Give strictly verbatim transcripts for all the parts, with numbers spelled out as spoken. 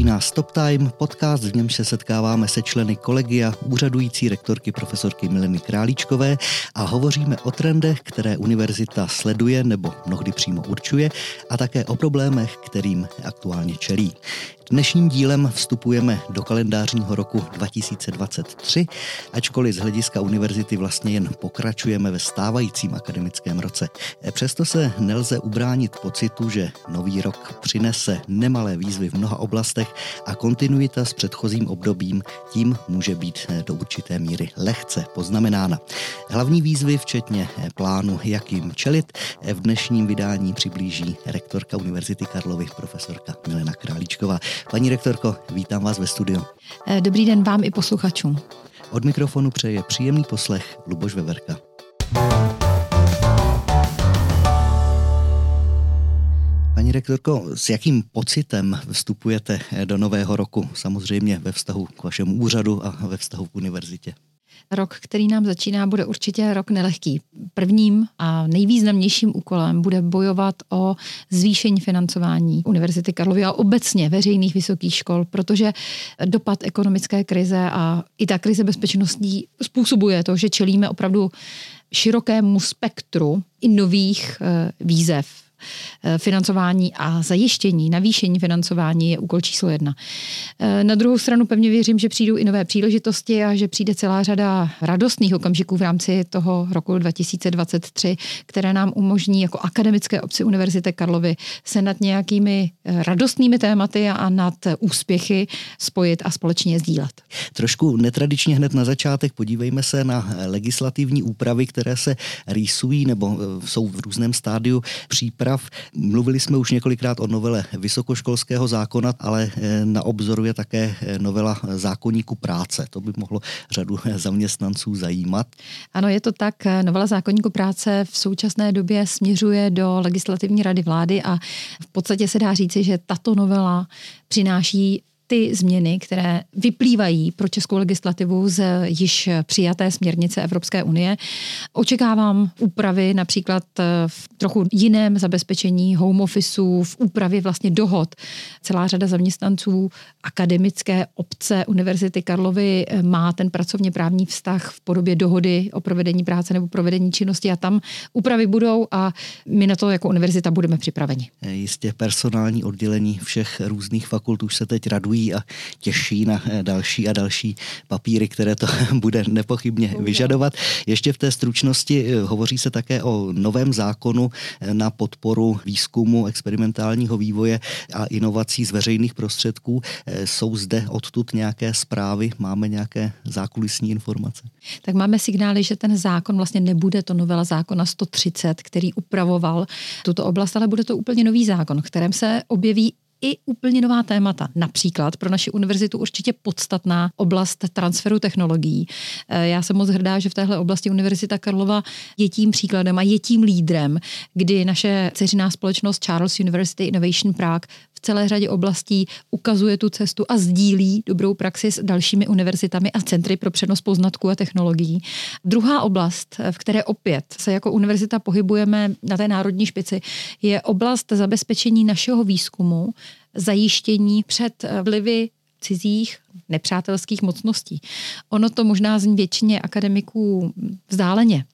Začíná Stop Time, podcast, v němž se setkáváme se členy kolegia úřadující rektorky profesorky Mileny Králíčkové a hovoříme o trendech, které univerzita sleduje nebo mnohdy přímo určuje, a také o problémech, kterým aktuálně čelí. Dnešním dílem vstupujeme do kalendářního roku dva tisíce dvacet tři, ačkoliv z hlediska univerzity vlastně jen pokračujeme ve stávajícím akademickém roce. Přesto se nelze ubránit pocitu, že nový rok přinese nemalé výzvy v mnoha oblastech a kontinuita s předchozím obdobím tím může být do určité míry lehce poznamenána. Hlavní výzvy, včetně plánu, jak jim čelit, v dnešním vydání přiblíží rektorka Univerzity Karlovy, profesorka Milena Králíčková. Paní rektorko, vítám vás ve studiu. Dobrý den vám i posluchačům. Od mikrofonu přeje příjemný poslech Luboš Veverka. Paní rektorko, s jakým pocitem vstupujete do nového roku, samozřejmě ve vztahu k vašemu úřadu a ve vztahu k univerzitě? Rok, který nám začíná, bude určitě rok nelehký. Prvním a nejvýznamnějším úkolem bude bojovat o zvýšení financování Univerzity Karlovy a obecně veřejných vysokých škol, protože dopad ekonomické krize a i ta krize bezpečnostní způsobuje to, že čelíme opravdu širokému spektru i nových výzev. Financování a zajištění, navýšení financování je úkol číslo jedna. Na druhou stranu pevně věřím, že přijdou i nové příležitosti a že přijde celá řada radostných okamžiků v rámci toho roku dva tisíce dvacet tři, které nám umožní jako akademické obci Univerzity Karlovy se nad nějakými radostnými tématy a nad úspěchy spojit a společně sdílet. Trošku netradičně hned na začátek podívejme se na legislativní úpravy, které se rýsují nebo jsou v různém stádiu příprav. Mluvili jsme už několikrát o novele vysokoškolského zákona, ale na obzoru je také novela zákoníku práce. To by mohlo řadu zaměstnanců zajímat. Ano, je to tak. Novela zákoníku práce v současné době směřuje do legislativní rady vlády a v podstatě se dá říci, že tato novela přináší ty změny, které vyplývají pro českou legislativu z již přijaté směrnice Evropské unie. Očekávám úpravy například v trochu jiném zabezpečení home officeu, v úpravě vlastně dohod. Celá řada zaměstnanců akademické obce Univerzity Karlovy má ten pracovně právní vztah v podobě dohody o provedení práce nebo provedení činnosti a tam úpravy budou a my na to jako univerzita budeme připraveni. Jistě personální oddělení všech různých fakult už se teď radují a těší na další a další papíry, které to bude nepochybně vyžadovat. Ještě v té stručnosti hovoří se také o novém zákonu na podporu výzkumu, experimentálního vývoje a inovací z veřejných prostředků. Jsou zde odtud nějaké zprávy? Máme nějaké zákulisní informace? Tak máme signály, že ten zákon vlastně nebude to novela zákona sto třicet, který upravoval tuto oblast, ale bude to úplně nový zákon, v kterém se objeví i úplně nová témata. Například pro naši univerzitu určitě podstatná oblast transferu technologií. Já jsem moc hrdá, že v téhle oblasti Univerzita Karlova je tím příkladem a je tím lídrem, kdy naše dceřiná společnost Charles University Innovation Prague v celé řadě oblastí ukazuje tu cestu a sdílí dobrou praxi s dalšími univerzitami a centry pro přenos poznatků a technologií. Druhá oblast, v které opět se jako univerzita pohybujeme na té národní špici, je oblast zabezpečení našeho výzkumu, zajištění před vlivy cizích nepřátelských mocností. Ono to možná zní většině akademiků vzdáleně,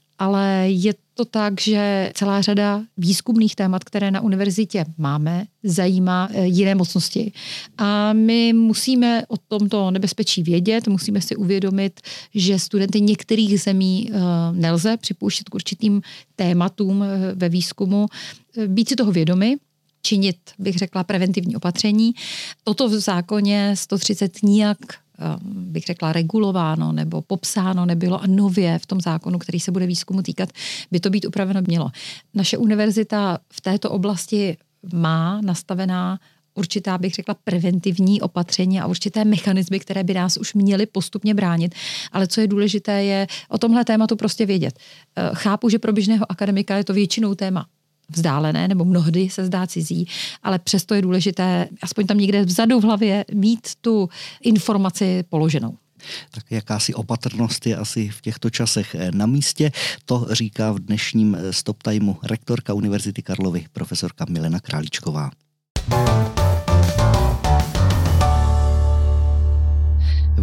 ale je to tak, že celá řada výzkumných témat, které na univerzitě máme, zajímá jiné mocnosti. A my musíme o tomto nebezpečí vědět, musíme si uvědomit, že studenty některých zemí nelze připouštět k určitým tématům ve výzkumu. Být si toho vědomi, činit, bych řekla, preventivní opatření. Toto v zákoně sto třicet nijak, bych řekla, regulováno nebo popsáno nebylo a nově v tom zákonu, který se bude výzkumu týkat, by to být upraveno mělo. Naše univerzita v této oblasti má nastavená určitá, bych řekla, preventivní opatření a určité mechanismy, které by nás už měly postupně bránit. Ale co je důležité, je o tomhle tématu prostě vědět. Chápu, že pro běžného akademika je to většinou téma vzdálené, nebo mnohdy se zdá cizí, ale přesto je důležité, aspoň tam někde vzadu v hlavě, mít tu informaci položenou. Tak jakási opatrnost je asi v těchto časech na místě. To říká v dnešním Stop Timeu rektorka Univerzity Karlovy, profesorka Milena Králíčková.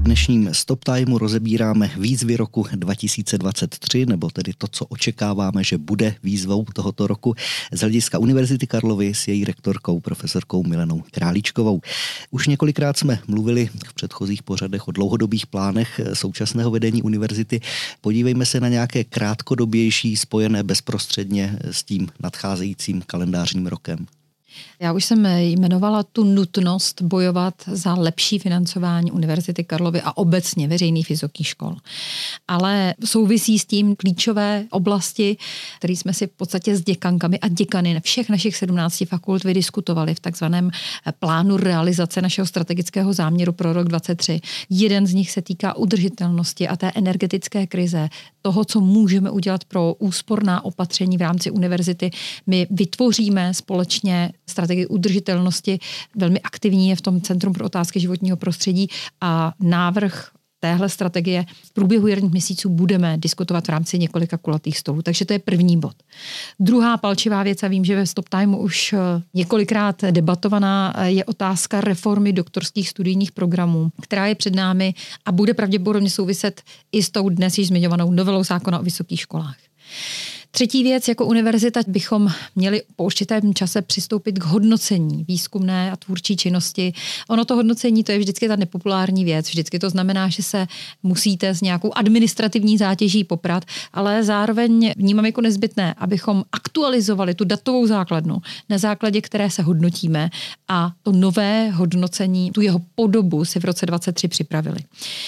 dnešním Stop Timeu rozebíráme výzvy roku dva tisíce dvacet tři, nebo tedy to, co očekáváme, že bude výzvou tohoto roku z hlediska Univerzity Karlovy s její rektorkou, profesorkou Milenou Králíčkovou. Už několikrát jsme mluvili v předchozích pořadech o dlouhodobých plánech současného vedení univerzity. Podívejme se na nějaké krátkodobější, spojené bezprostředně s tím nadcházejícím kalendářním rokem. Já už jsem jmenovala tu nutnost bojovat za lepší financování Univerzity Karlovy a obecně veřejných vysokých škol. Ale souvisí s tím klíčové oblasti, které jsme si v podstatě s děkankami a děkany všech našich sedmnácti fakult vydiskutovali v takzvaném plánu realizace našeho strategického záměru pro rok dvacet tři. Jeden z nich se týká udržitelnosti a té energetické krize, toho, co můžeme udělat pro úsporná opatření v rámci univerzity. My vytvoříme společně strategii udržitelnosti, velmi aktivní je v tom Centrum pro otázky životního prostředí a návrh téhle strategie v průběhu jarních měsíců budeme diskutovat v rámci několika kulatých stolů. Takže to je první bod. Druhá palčivá věc, a vím, že ve Stop Timeu už několikrát debatovaná, je otázka reformy doktorských studijních programů, která je před námi a bude pravděpodobně souviset i s tou dnes již zmiňovanou novelou zákona o vysokých školách. Třetí věc, jako univerzita bychom měli po určitém čase přistoupit k hodnocení výzkumné a tvůrčí činnosti. Ono to hodnocení, to je vždycky ta nepopulární věc. Vždycky to znamená, že se musíte s nějakou administrativní zátěží poprat, ale zároveň vnímám jako nezbytné, abychom aktualizovali tu datovou základnu, na základě které se hodnotíme a to nové hodnocení, tu jeho podobu si v roce dvacet tři připravili.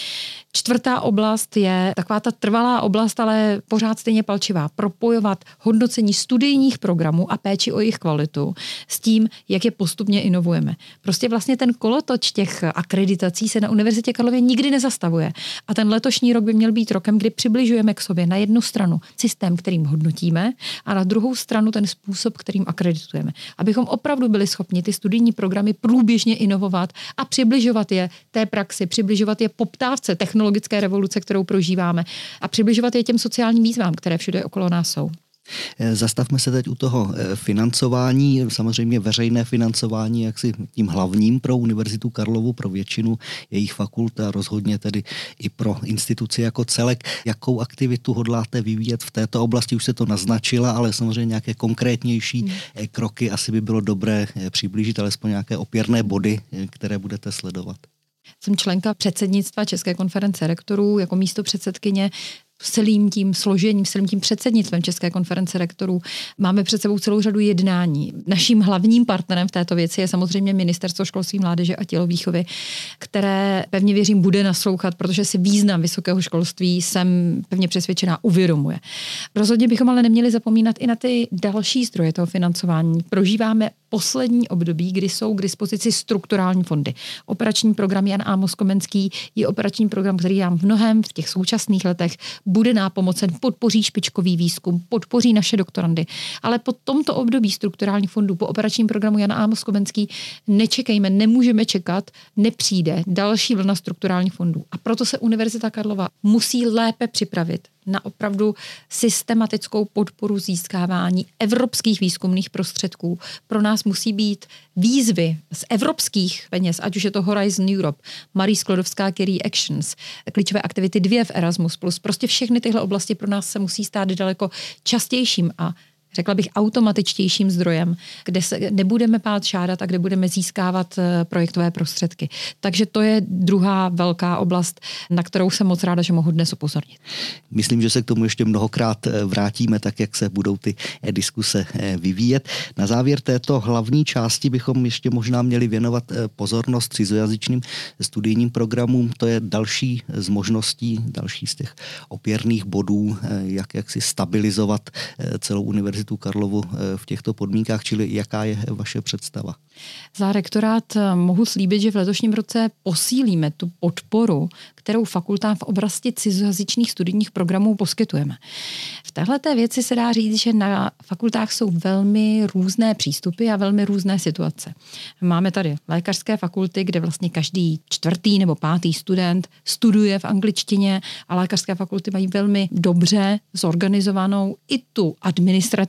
Čtvrtá oblast je taková ta trvalá oblast, ale pořád stejně palčivá. Propojovat hodnocení studijních programů a péči o jejich kvalitu s tím, jak je postupně inovujeme. Prostě vlastně ten kolotoč těch akreditací se na Univerzitě Karlově nikdy nezastavuje. A ten letošní rok by měl být rokem, kdy přibližujeme k sobě na jednu stranu systém, kterým hodnotíme, a na druhou stranu ten způsob, kterým akreditujeme. Abychom opravdu byli schopni ty studijní programy průběžně inovovat a přibližovat je té praxi, přibližovat je poptávce technologické technologické revoluce, kterou prožíváme, a přibližovat je těm sociálním výzvám, které všude okolo nás jsou. Zastavme se teď u toho financování, samozřejmě veřejné financování, jaksi tím hlavním pro Univerzitu Karlovu, pro většinu jejich fakult a rozhodně tedy i pro instituci jako celek. Jakou aktivitu hodláte vyvíjet v této oblasti? Už se to naznačila, ale samozřejmě nějaké konkrétnější hmm. kroky asi by bylo dobré přiblížit, alespoň nějaké opěrné body, které budete sledovat. Jsem členka předsednictva České konference rektorů jako místopředsedkyně. Celým tím složením, celým tím předsednictvem České konference rektorů máme před sebou celou řadu jednání. Naším hlavním partnerem v této věci je samozřejmě Ministerstvo školství, mládeže a tělovýchovy, které, pevně věřím, bude naslouchat, protože si význam vysokého školství, jsem pevně přesvědčená, uvědomuje. Rozhodně bychom ale neměli zapomínat i na ty další zdroje toho financování. Prožíváme poslední období, kdy jsou k dispozici strukturální fondy. Operační program Jan Amos Komenský je operační program, který nám v mnohem v těch současných letech bude nápomocen, podpoří špičkový výzkum, podpoří naše doktorandy. Ale po tomto období strukturálních fondů, po operačním programu Jan Amos Komenský, nečekejme, nemůžeme čekat, nepřijde další vlna strukturálních fondů. A proto se Univerzita Karlova musí lépe připravit na opravdu systematickou podporu získávání evropských výzkumných prostředků. Pro nás musí být výzvy z evropských peněz, ať už je to Horizon Europe, Marie Sklodowská-Curie Actions, klíčové aktivity dvě v Erasmus plus. Prostě všechny tyhle oblasti pro nás se musí stát daleko častějším a řekla bych automatičtějším zdrojem, kde se nebudeme pát šádat a kde budeme získávat projektové prostředky. Takže to je druhá velká oblast, na kterou jsem moc ráda, že mohu dnes upozornit. Myslím, že se k tomu ještě mnohokrát vrátíme, tak jak se budou ty diskuse vyvíjet. Na závěr této hlavní části bychom ještě možná měli věnovat pozornost cizojazyčným studijním programům. To je další z možností, další z těch opěrných bodů, jak, jak si stabilizovat celou univerzitu Karlovu v těchto podmínkách, čili jaká je vaše představa? Za rektorát mohu slíbit, že v letošním roce posílíme tu podporu, kterou fakultám v oblasti cizojazyčných studijních programů poskytujeme. V téhleté věci se dá říct, že na fakultách jsou velmi různé přístupy a velmi různé situace. Máme tady lékařské fakulty, kde vlastně každý čtvrtý nebo pátý student studuje v angličtině a lékařské fakulty mají velmi dobře zorganizovanou i tu administrativu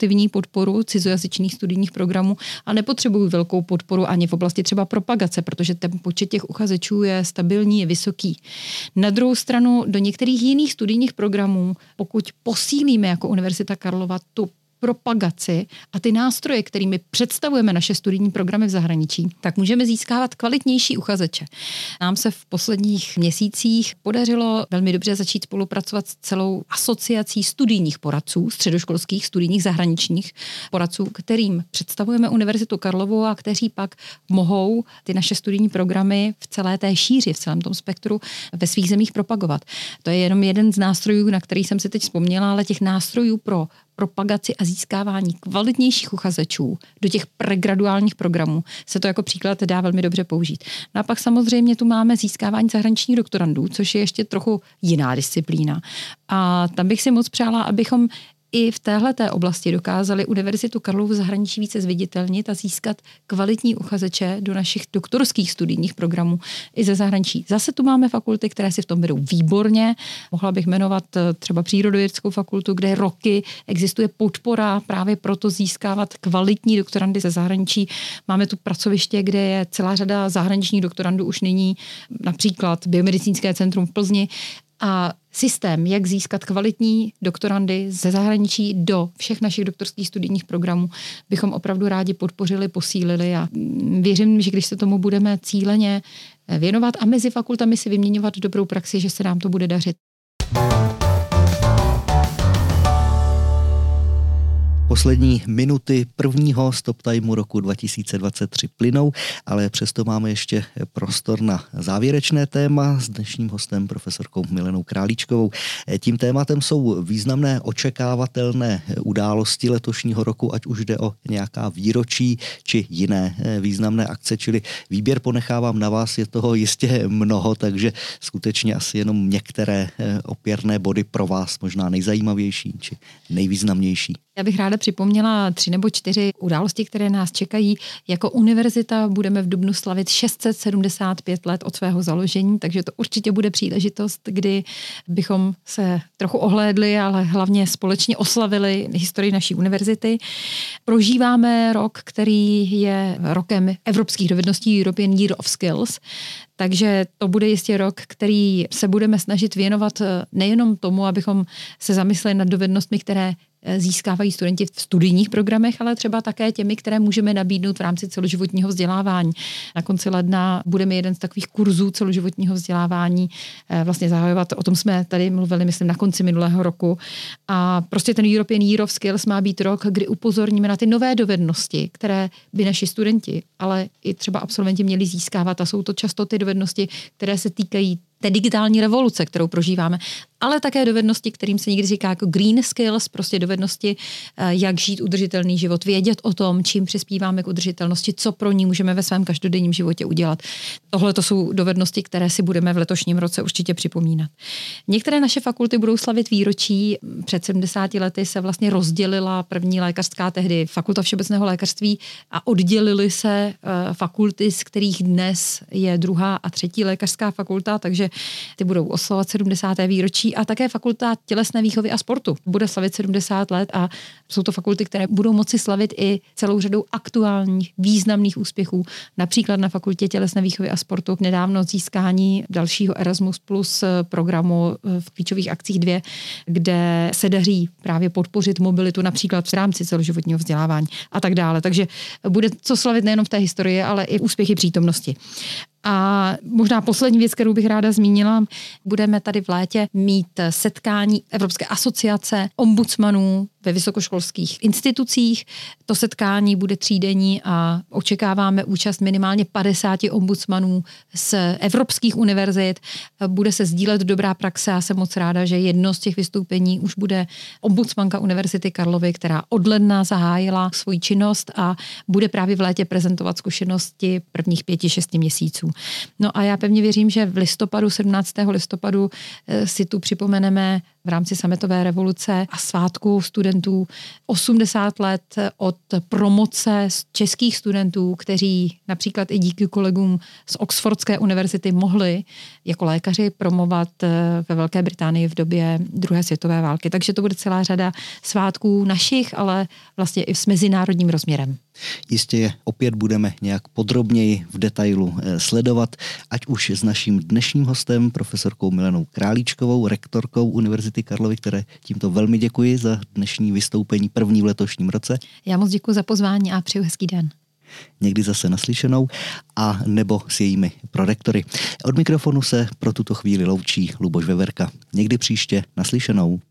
operativní podporu cizojazyčných studijních programů a nepotřebují velkou podporu ani v oblasti třeba propagace, protože ten počet těch uchazečů je stabilní, je vysoký. Na druhou stranu do některých jiných studijních programů, pokud posílíme jako Univerzita Karlova tu propagaci a ty nástroje, kterými představujeme naše studijní programy v zahraničí, tak můžeme získávat kvalitnější uchazeče. Nám se v posledních měsících podařilo velmi dobře začít spolupracovat s celou asociací studijních poradců, středoškolských studijních zahraničních poradců, kterým představujeme Univerzitu Karlovu a kteří pak mohou ty naše studijní programy v celé té šíři, v celém tom spektru ve svých zemích propagovat. To je jenom jeden z nástrojů, na který jsem si teď vzpomněla, ale těch nástrojů pro propagaci a získávání kvalitnějších uchazečů do těch pregraduálních programů se to jako příklad dá velmi dobře použít. No a pak samozřejmě tu máme získávání zahraničních doktorandů, což je ještě trochu jiná disciplína. A tam bych si moc přála, abychom i v téhleté oblasti dokázali Univerzitu Karlovu v zahraničí více zviditelnit a získat kvalitní uchazeče do našich doktorských studijních programů i ze zahraničí. Zase tu máme fakulty, které si v tom vedou výborně. Mohla bych jmenovat třeba Přírodovědeckou fakultu, kde roky existuje podpora právě proto získávat kvalitní doktorandy ze zahraničí. Máme tu pracoviště, kde je celá řada zahraničních doktorandů už nyní, například Biomedicínské centrum v Plzni. A systém, jak získat kvalitní doktorandy ze zahraničí do všech našich doktorských studijních programů, bychom opravdu rádi podpořili, posílili a věřím, že když se tomu budeme cíleně věnovat a mezi fakultami si vyměňovat dobrou praxi, že se nám to bude dařit. Poslední minuty prvního stop timeu roku dva tisíce dvacet tři plynou, ale přesto máme ještě prostor na závěrečné téma s dnešním hostem profesorkou Milenou Králíčkovou. Tím tématem jsou významné očekávatelné události letošního roku, ať už jde o nějaká výročí či jiné významné akce, čili výběr ponechávám na vás, je toho jistě mnoho, takže skutečně asi jenom některé opěrné body pro vás možná nejzajímavější či nejvýznamnější. Já bych ráda připomněla tři nebo čtyři události, které nás čekají. Jako univerzita budeme v dubnu slavit šest set sedmdesát pět let od svého založení, takže to určitě bude příležitost, kdy bychom se trochu ohlédli, ale hlavně společně oslavili historii naší univerzity. Prožíváme rok, který je rokem evropských dovedností, European Year of Skills, takže to bude jistě rok, který se budeme snažit věnovat nejenom tomu, abychom se zamysleli nad dovednostmi, které získávají studenti v studijních programech, ale třeba také těmi, které můžeme nabídnout v rámci celoživotního vzdělávání. Na konci ledna budeme jeden z takových kurzů celoživotního vzdělávání vlastně zahajovat. O tom jsme tady mluvili, myslím, na konci minulého roku. A prostě ten European Year of Skills má být rok, kdy upozorníme na ty nové dovednosti, které by naši studenti, ale i třeba absolventi měli získávat. A jsou to často ty dovednosti, které se týkají té digitální revoluce, kterou prožíváme, ale také dovednosti, kterým se někdy říká jako green skills, prostě dovednosti, jak žít udržitelný život, vědět o tom, čím přispíváme k udržitelnosti, co pro ní můžeme ve svém každodenním životě udělat. Tohle to jsou dovednosti, které si budeme v letošním roce určitě připomínat. Některé naše fakulty budou slavit výročí. Před sedmdesáti lety se vlastně rozdělila první lékařská tehdy fakulta všeobecného lékařství a oddělily se fakulty, z kterých dnes je druhá a třetí lékařská fakulta, takže ty budou oslavovat sedmdesáté výročí a také fakulta tělesné výchovy a sportu bude slavit sedmdesát let a jsou to fakulty, které budou moci slavit i celou řadou aktuálních významných úspěchů. Například na fakultě tělesné výchovy a sportu nedávno získání dalšího Erasmus plus programu v klíčových akcích dvě, kde se daří právě podpořit mobilitu například v rámci celoživotního vzdělávání a tak dále. Takže bude co slavit nejenom v té historii, ale i úspěchy přítomnosti. A možná poslední věc, kterou bych ráda zmínila, budeme tady v létě mít setkání Evropské asociace ombudsmanů ve vysokoškolských institucích. To setkání bude třídenní a očekáváme účast minimálně padesáti ombudsmanů z evropských univerzit. Bude se sdílet dobrá praxe a jsem moc ráda, že jedno z těch vystoupení už bude ombudsmanka Univerzity Karlovy, která od ledna zahájila svoji činnost a bude právě v létě prezentovat zkušenosti prvních pěti, šesti měsíců. No a já pevně věřím, že v listopadu, sedmnáctého listopadu si tu připomeneme v rámci sametové revoluce a svátku studentů studentů, osmdesát let od promoce českých studentů, kteří například i díky kolegům z Oxfordské univerzity mohli jako lékaři promovat ve Velké Británii v době druhé světové války. Takže to bude celá řada svátků našich, ale vlastně i s mezinárodním rozměrem. Jistě je opět budeme nějak podrobněji v detailu sledovat, ať už s naším dnešním hostem, profesorkou Milenou Králíčkovou, rektorkou Univerzity Karlovy, které tímto velmi děkuji za dnešní vystoupení první v letošním roce. Já moc děkuji za pozvání a přeju hezký den. Někdy zase naslyšenou a nebo s jejími prorektory. Od mikrofonu se pro tuto chvíli loučí Luboš Veverka. Někdy příště naslyšenou.